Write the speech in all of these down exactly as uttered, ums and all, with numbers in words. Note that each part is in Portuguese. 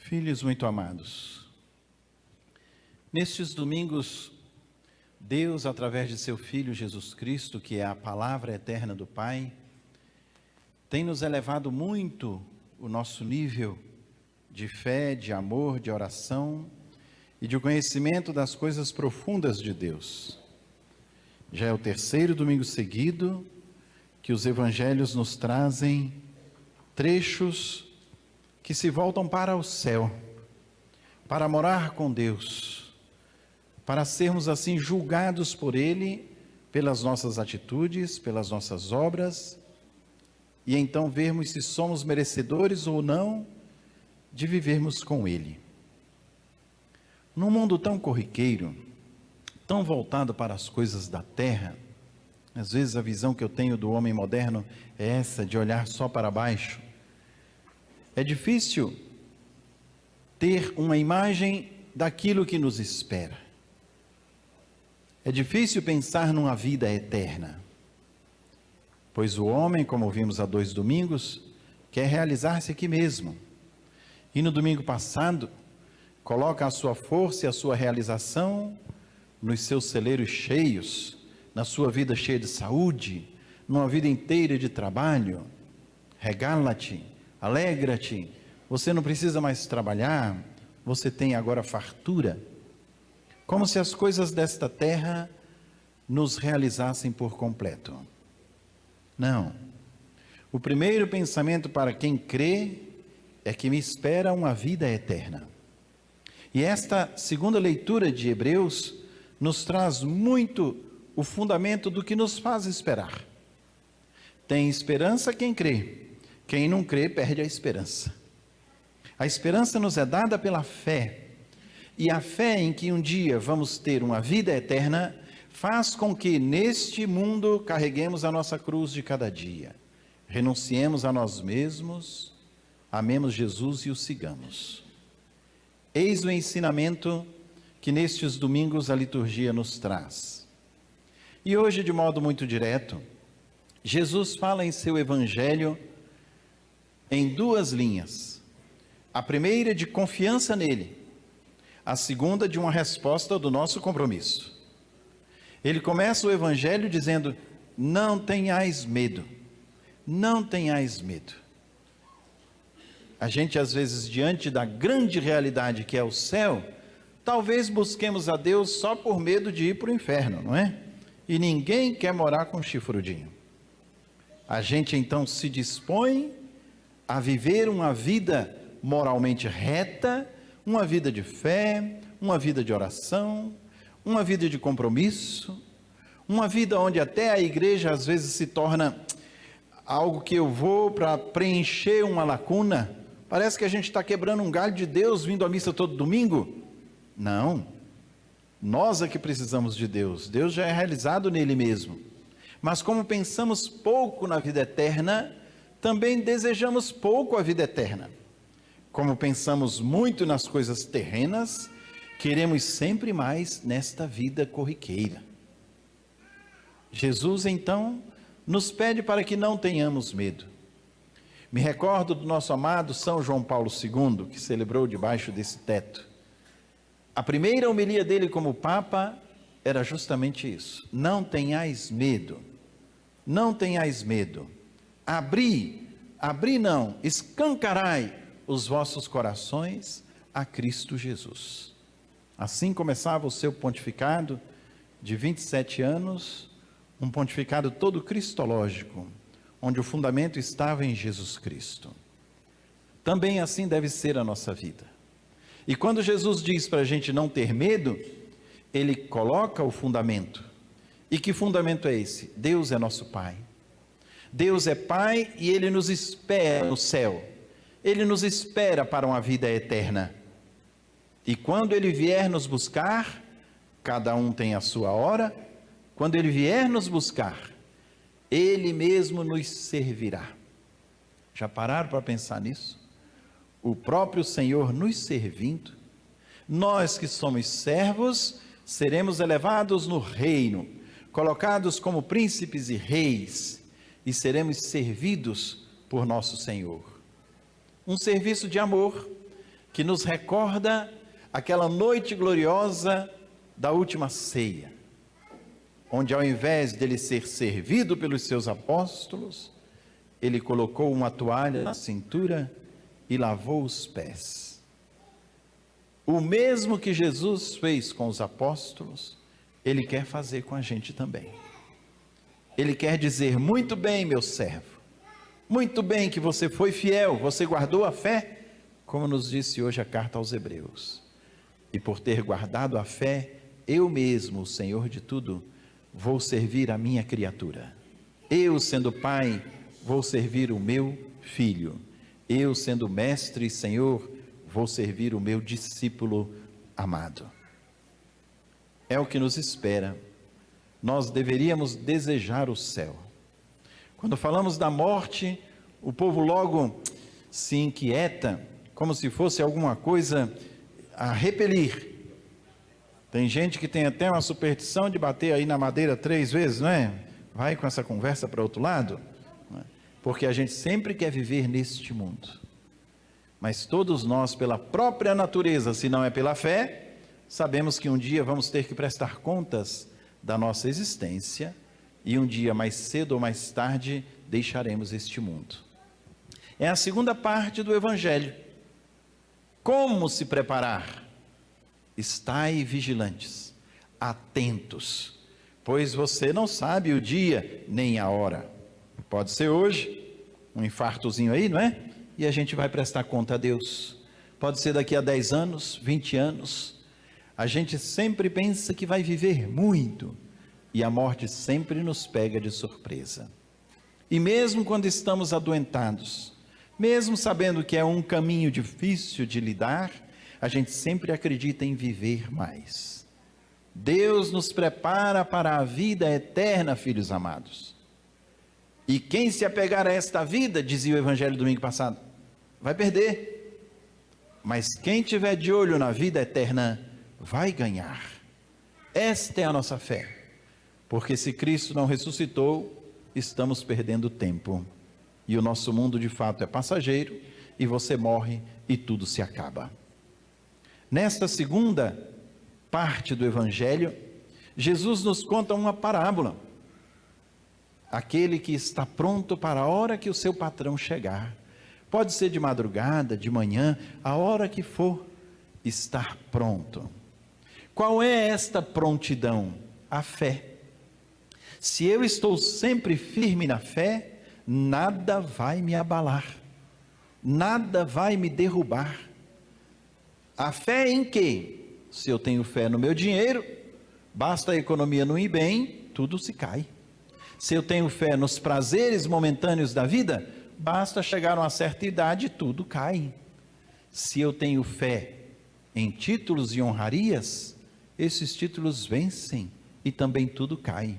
Filhos muito amados, nestes domingos, Deus, através de seu Filho Jesus Cristo, que é a palavra eterna do Pai, tem nos elevado muito o nosso nível de fé, de amor, de oração e de conhecimento das coisas profundas de Deus. Já é o terceiro domingo seguido que os evangelhos nos trazem trechos que se voltam para o céu, para morar com Deus, para sermos assim julgados por Ele, pelas nossas atitudes, pelas nossas obras, e então vermos se somos merecedores ou não de vivermos com Ele. Num mundo tão corriqueiro, tão voltado para as coisas da terra, às vezes a visão que eu tenho do homem moderno é essa, de olhar só para baixo. É difícil ter uma imagem daquilo que nos espera. É difícil pensar numa vida eterna, pois o homem, como vimos há dois domingos, quer realizar-se aqui mesmo. E no domingo passado, coloca a sua força e a sua realização nos seus celeiros cheios, na sua vida cheia de saúde, numa vida inteira de trabalho. Regala-te, alegra-te, você não precisa mais trabalhar, você tem agora fartura. Como se as coisas desta terra nos realizassem por completo. Não. O primeiro pensamento para quem crê é que me espera uma vida eterna. E esta segunda leitura de Hebreus nos traz muito o fundamento do que nos faz esperar. Tem esperança quem crê. Quem não crê perde a esperança. A esperança nos é dada pela fé. E a fé em que um dia vamos ter uma vida eterna faz com que neste mundo carreguemos a nossa cruz de cada dia. Renunciemos a nós mesmos, amemos Jesus e o sigamos. Eis o ensinamento que nestes domingos a liturgia nos traz. E hoje, de modo muito direto, Jesus fala em seu evangelho em duas linhas. A primeira de confiança nele, a segunda de uma resposta do nosso compromisso. Ele começa o evangelho dizendo: não tenhais medo, não tenhais medo. A gente às vezes, diante da grande realidade que é o céu, talvez busquemos a Deus só por medo de ir para o inferno, não é? E ninguém quer morar com chifrudinho. A gente então se dispõe a viver uma vida moralmente reta, uma vida de fé, uma vida de oração, uma vida de compromisso, uma vida onde até a igreja às vezes se torna algo que eu vou para preencher uma lacuna. Parece que a gente está quebrando um galho de Deus vindo à missa todo domingo. Não, nós é que precisamos de Deus, Deus já é realizado nele mesmo. Mas como pensamos pouco na vida eterna, também desejamos pouco a vida eterna. Como pensamos muito nas coisas terrenas, queremos sempre mais nesta vida corriqueira. Jesus, então, nos pede para que não tenhamos medo. Me recordo do nosso amado São João Paulo segundo, que celebrou debaixo desse teto. A primeira homilia dele como Papa era justamente isso: não tenhais medo, não tenhais medo. Abri, abri não, escancarai os vossos corações a Cristo Jesus. Assim começava o seu pontificado de vinte e sete anos, um pontificado todo cristológico, onde o fundamento estava em Jesus Cristo. Também assim deve ser a nossa vida. E quando Jesus diz para a gente não ter medo, Ele coloca o fundamento. E que fundamento é esse? Deus é nosso Pai. Deus é Pai e Ele nos espera no céu. Ele nos espera para uma vida eterna. E quando Ele vier nos buscar, cada um tem a sua hora, quando Ele vier nos buscar, Ele mesmo nos servirá. Já pararam para pensar nisso? O próprio Senhor nos servindo, nós que somos servos, seremos elevados no reino, colocados como príncipes e reis, e seremos servidos por nosso Senhor. Um serviço de amor, que nos recorda aquela noite gloriosa da última ceia, onde ao invés dele ser servido pelos seus apóstolos, ele colocou uma toalha na cintura e lavou os pés. O mesmo que Jesus fez com os apóstolos, ele quer fazer com a gente também. Ele quer dizer: muito bem, meu servo, muito bem que você foi fiel, você guardou a fé, como nos disse hoje a carta aos Hebreus. E por ter guardado a fé, eu mesmo, o Senhor de tudo, vou servir a minha criatura. Eu, sendo pai, vou servir o meu filho. Eu, sendo mestre e Senhor, vou servir o meu discípulo amado. É o que nos espera. Nós deveríamos desejar o céu. Quando falamos da morte, o povo logo se inquieta, como se fosse alguma coisa a repelir. Tem gente que tem até uma superstição de bater aí na madeira três vezes, não é? Vai com essa conversa para outro lado, não é? Porque a gente sempre quer viver neste mundo. Mas todos nós, pela própria natureza, se não é pela fé, sabemos que um dia vamos ter que prestar contas da nossa existência e um dia, mais cedo ou mais tarde, deixaremos este mundo. É a segunda parte do Evangelho. Como se preparar? Estai vigilantes, atentos, pois você não sabe o dia nem a hora. Pode ser hoje, um infartozinho aí, não é? E a gente vai prestar conta a Deus. Pode ser daqui a dez anos, vinte anos. A gente sempre pensa que vai viver muito, e a morte sempre nos pega de surpresa. E mesmo quando estamos adoentados, mesmo sabendo que é um caminho difícil de lidar, a gente sempre acredita em viver mais. Deus nos prepara para a vida eterna, filhos amados. E quem se apegar a esta vida, dizia o Evangelho domingo passado, vai perder. Mas quem tiver de olho na vida eterna, vai ganhar. Esta é a nossa fé. Porque se Cristo não ressuscitou, estamos perdendo tempo. E o nosso mundo de fato é passageiro, e você morre e tudo se acaba. Nesta segunda parte do Evangelho, Jesus nos conta uma parábola. Aquele que está pronto para a hora que o seu patrão chegar. Pode ser de madrugada, de manhã, a hora que for, estar pronto. Qual é esta prontidão? A fé. Se eu estou sempre firme na fé, nada vai me abalar, nada vai me derrubar. A fé em quê? Se eu tenho fé no meu dinheiro, basta a economia não ir bem, tudo se cai. Se eu tenho fé nos prazeres momentâneos da vida, basta chegar a uma certa idade, tudo cai. Se eu tenho fé em títulos e honrarias, esses títulos vencem e também tudo cai.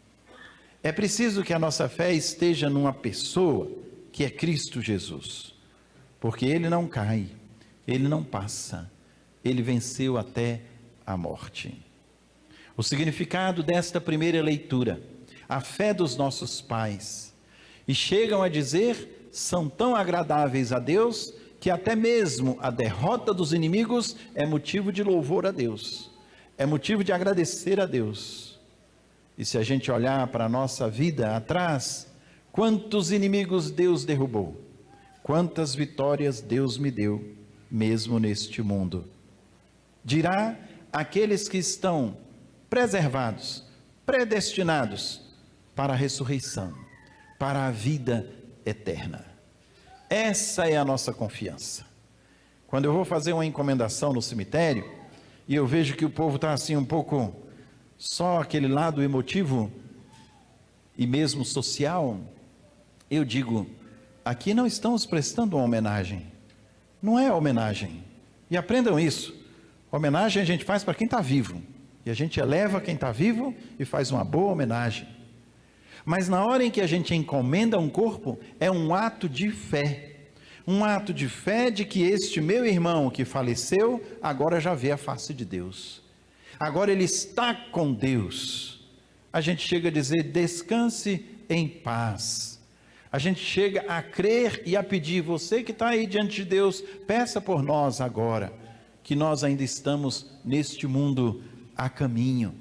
É preciso que a nossa fé esteja numa pessoa que é Cristo Jesus, porque Ele não cai, Ele não passa, Ele venceu até a morte. O significado desta primeira leitura, a fé dos nossos pais, e chegam a dizer, são tão agradáveis a Deus, que até mesmo a derrota dos inimigos é motivo de louvor a Deus, é motivo de agradecer a Deus. E se a gente olhar para a nossa vida atrás, quantos inimigos Deus derrubou, quantas vitórias Deus me deu, mesmo neste mundo. Dirá aqueles que estão preservados, predestinados para a ressurreição, para a vida eterna. Essa é a nossa confiança. Quando eu vou fazer uma encomendação no cemitério, e eu vejo que o povo está assim um pouco, só aquele lado emotivo, e mesmo social, eu digo, aqui não estamos prestando uma homenagem, não é homenagem, e aprendam isso, homenagem a gente faz para quem está vivo, e a gente eleva quem está vivo, e faz uma boa homenagem, mas na hora em que a gente encomenda um corpo, é um ato de fé, um ato de fé de que este meu irmão que faleceu, agora já vê a face de Deus, agora ele está com Deus. A gente chega a dizer, descanse em paz, A gente chega a crer e a pedir. Você que está aí diante de Deus, peça por nós agora, que nós ainda estamos neste mundo a caminho.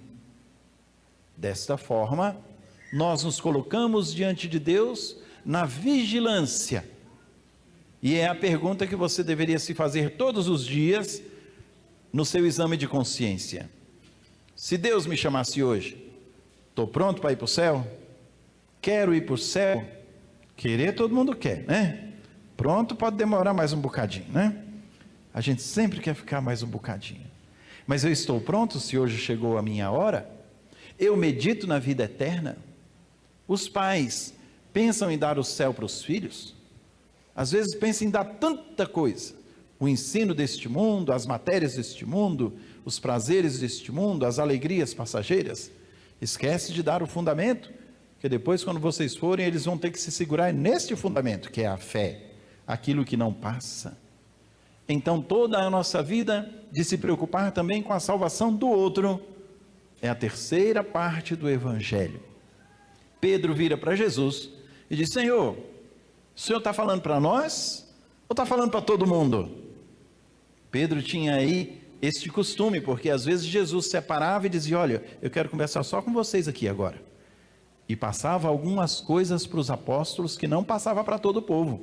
Desta forma, nós nos colocamos diante de Deus na vigilância. E é a pergunta que você deveria se fazer todos os dias no seu exame de consciência. Se Deus me chamasse hoje, estou pronto para ir para o céu? Quero ir para o céu? Querer todo mundo quer, né? Pronto pode demorar mais um bocadinho, né? A gente sempre quer ficar mais um bocadinho. Mas eu estou pronto se hoje chegou a minha hora? Eu medito na vida eterna? Os pais pensam em dar o céu para os filhos? Às vezes pensam em dar tanta coisa. O ensino deste mundo, as matérias deste mundo, os prazeres deste mundo, as alegrias passageiras. Esquece de dar o fundamento, porque depois quando vocês forem, eles vão ter que se segurar neste fundamento, que é a fé, aquilo que não passa. Então toda a nossa vida de se preocupar também com a salvação do outro, é a terceira parte do Evangelho. Pedro vira para Jesus e diz: Senhor, o Senhor está falando para nós ou está falando para todo mundo? Pedro tinha aí este costume, porque às vezes Jesus separava e dizia: olha, eu quero conversar só com vocês aqui agora. E passava algumas coisas para os apóstolos que não passava para todo o povo.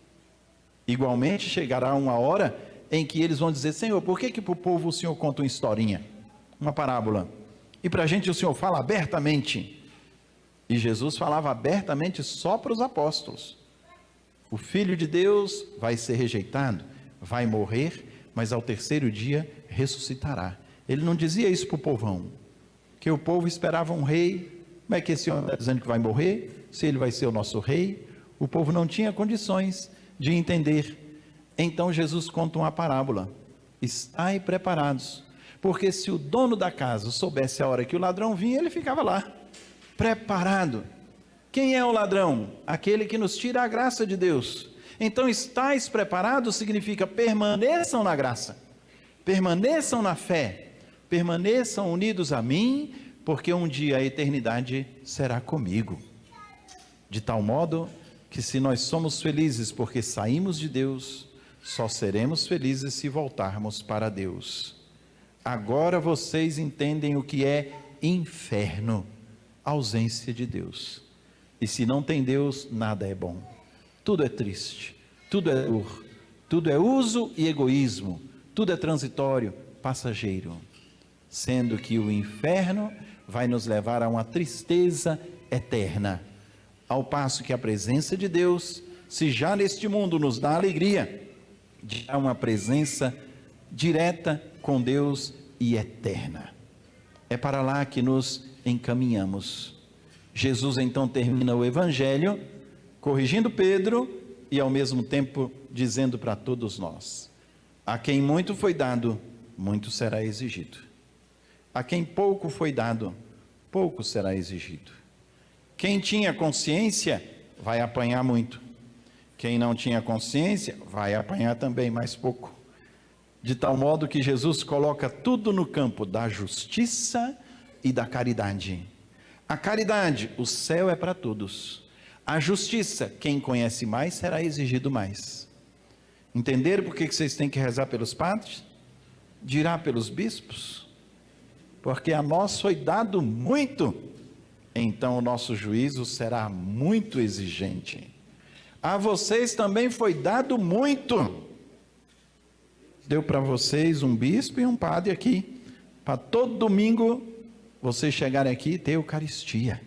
Igualmente chegará uma hora em que eles vão dizer: Senhor, por que que para o povo o Senhor conta uma historinha, uma parábola? E para a gente o Senhor fala abertamente. E Jesus falava abertamente só para os apóstolos. O Filho de Deus vai ser rejeitado, vai morrer, mas ao terceiro dia ressuscitará. Ele não dizia isso para o povão, que o povo esperava um rei. Como é que esse homem está dizendo que vai morrer? Se ele vai ser o nosso rei? O povo não tinha condições de entender. Então Jesus conta uma parábola: estai preparados, porque se o dono da casa soubesse a hora que o ladrão vinha, ele ficava lá, preparado. Quem é o ladrão? Aquele que nos tira a graça de Deus. Então estais preparados significa permaneçam na graça, permaneçam na fé, permaneçam unidos a mim, porque um dia a eternidade será comigo. De tal modo que se nós somos felizes porque saímos de Deus, só seremos felizes se voltarmos para Deus. Agora vocês entendem o que é inferno, ausência de Deus. E se não tem Deus, nada é bom. Tudo é triste, tudo é dor, tudo é uso e egoísmo, tudo é transitório, passageiro. Sendo que o inferno vai nos levar a uma tristeza eterna. Ao passo que a presença de Deus, se já neste mundo nos dá alegria, há uma presença direta com Deus e eterna. É para lá que nos encaminhamos. Jesus então termina o Evangelho, corrigindo Pedro e ao mesmo tempo dizendo para todos nós: a quem muito foi dado, muito será exigido. A quem pouco foi dado, pouco será exigido. Quem tinha consciência, vai apanhar muito. Quem não tinha consciência, vai apanhar também mais pouco. De tal modo que Jesus coloca tudo no campo da justiça e da caridade. A caridade, o céu é para todos. A justiça, quem conhece mais será exigido mais. Entenderam por que vocês têm que rezar pelos padres? Dirá pelos bispos? Porque a nós foi dado muito, então o nosso juízo será muito exigente. A vocês também foi dado muito. Deu para vocês um bispo e um padre aqui, para todo domingo vocês chegarem aqui e ter Eucaristia.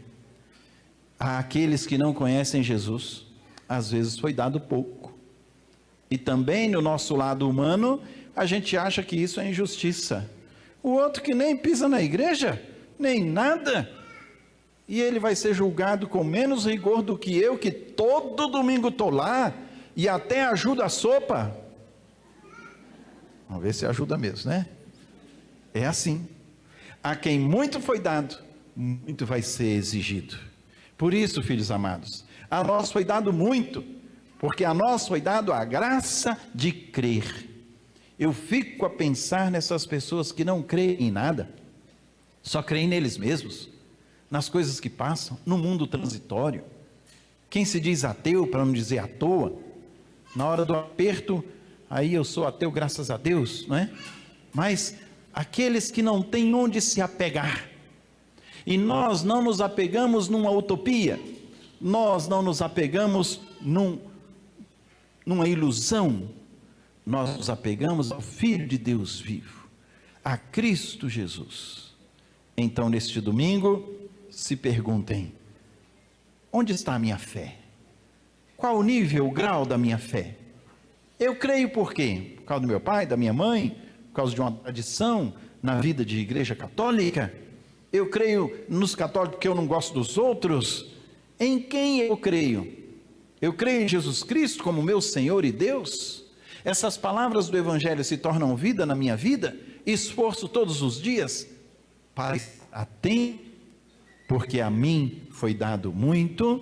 Àqueles que não conhecem Jesus, às vezes foi dado pouco. E também no nosso lado humano, a gente acha que isso é injustiça. O outro que nem pisa na igreja, nem nada, e ele vai ser julgado com menos rigor do que eu, que todo domingo estou lá, e até ajuda a sopa. Vamos ver se ajuda mesmo, né? É assim. A quem muito foi dado, muito vai ser exigido. Por isso, filhos amados, a nós foi dado muito, porque a nós foi dado a graça de crer. Eu fico a pensar nessas pessoas que não creem em nada, só creem neles mesmos, nas coisas que passam, no mundo transitório. Quem se diz ateu, para não dizer à toa, na hora do aperto, aí eu sou ateu, graças a Deus, não é? Mas aqueles que não têm onde se apegar, e nós não nos apegamos numa utopia, nós não nos apegamos num, numa ilusão, nós nos apegamos ao Filho de Deus vivo, a Cristo Jesus. Então, neste domingo, se perguntem: onde está a minha fé? Qual o nível, o grau da minha fé? Eu creio por quê? Por causa do meu pai, da minha mãe, por causa de uma tradição na vida de igreja católica? Eu creio nos católicos porque eu não gosto dos outros? Em quem eu creio? Eu creio em Jesus Cristo como meu Senhor e Deus? Essas palavras do Evangelho se tornam vida na minha vida? Esforço todos os dias para estar atento, porque a mim foi dado muito.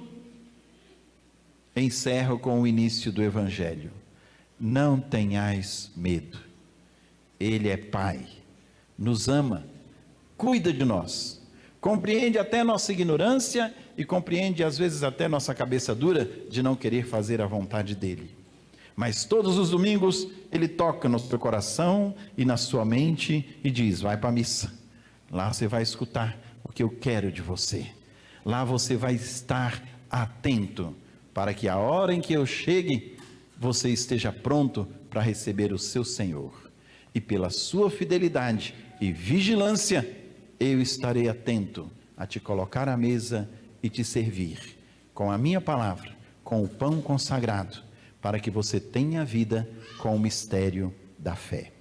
Encerro com o início do Evangelho. Não tenhais medo. Ele é Pai, nos ama, cuida de nós, compreende até nossa ignorância e compreende às vezes até nossa cabeça dura de não querer fazer a vontade dele. Mas todos os domingos ele toca no seu coração e na sua mente e diz: vai para a missa, lá você vai escutar o que eu quero de você, lá você vai estar atento, para que a hora em que eu chegue, você esteja pronto para receber o seu Senhor. E pela sua fidelidade e vigilância, eu estarei atento a te colocar à mesa e te servir com a minha palavra, com o pão consagrado, para que você tenha vida com o mistério da fé.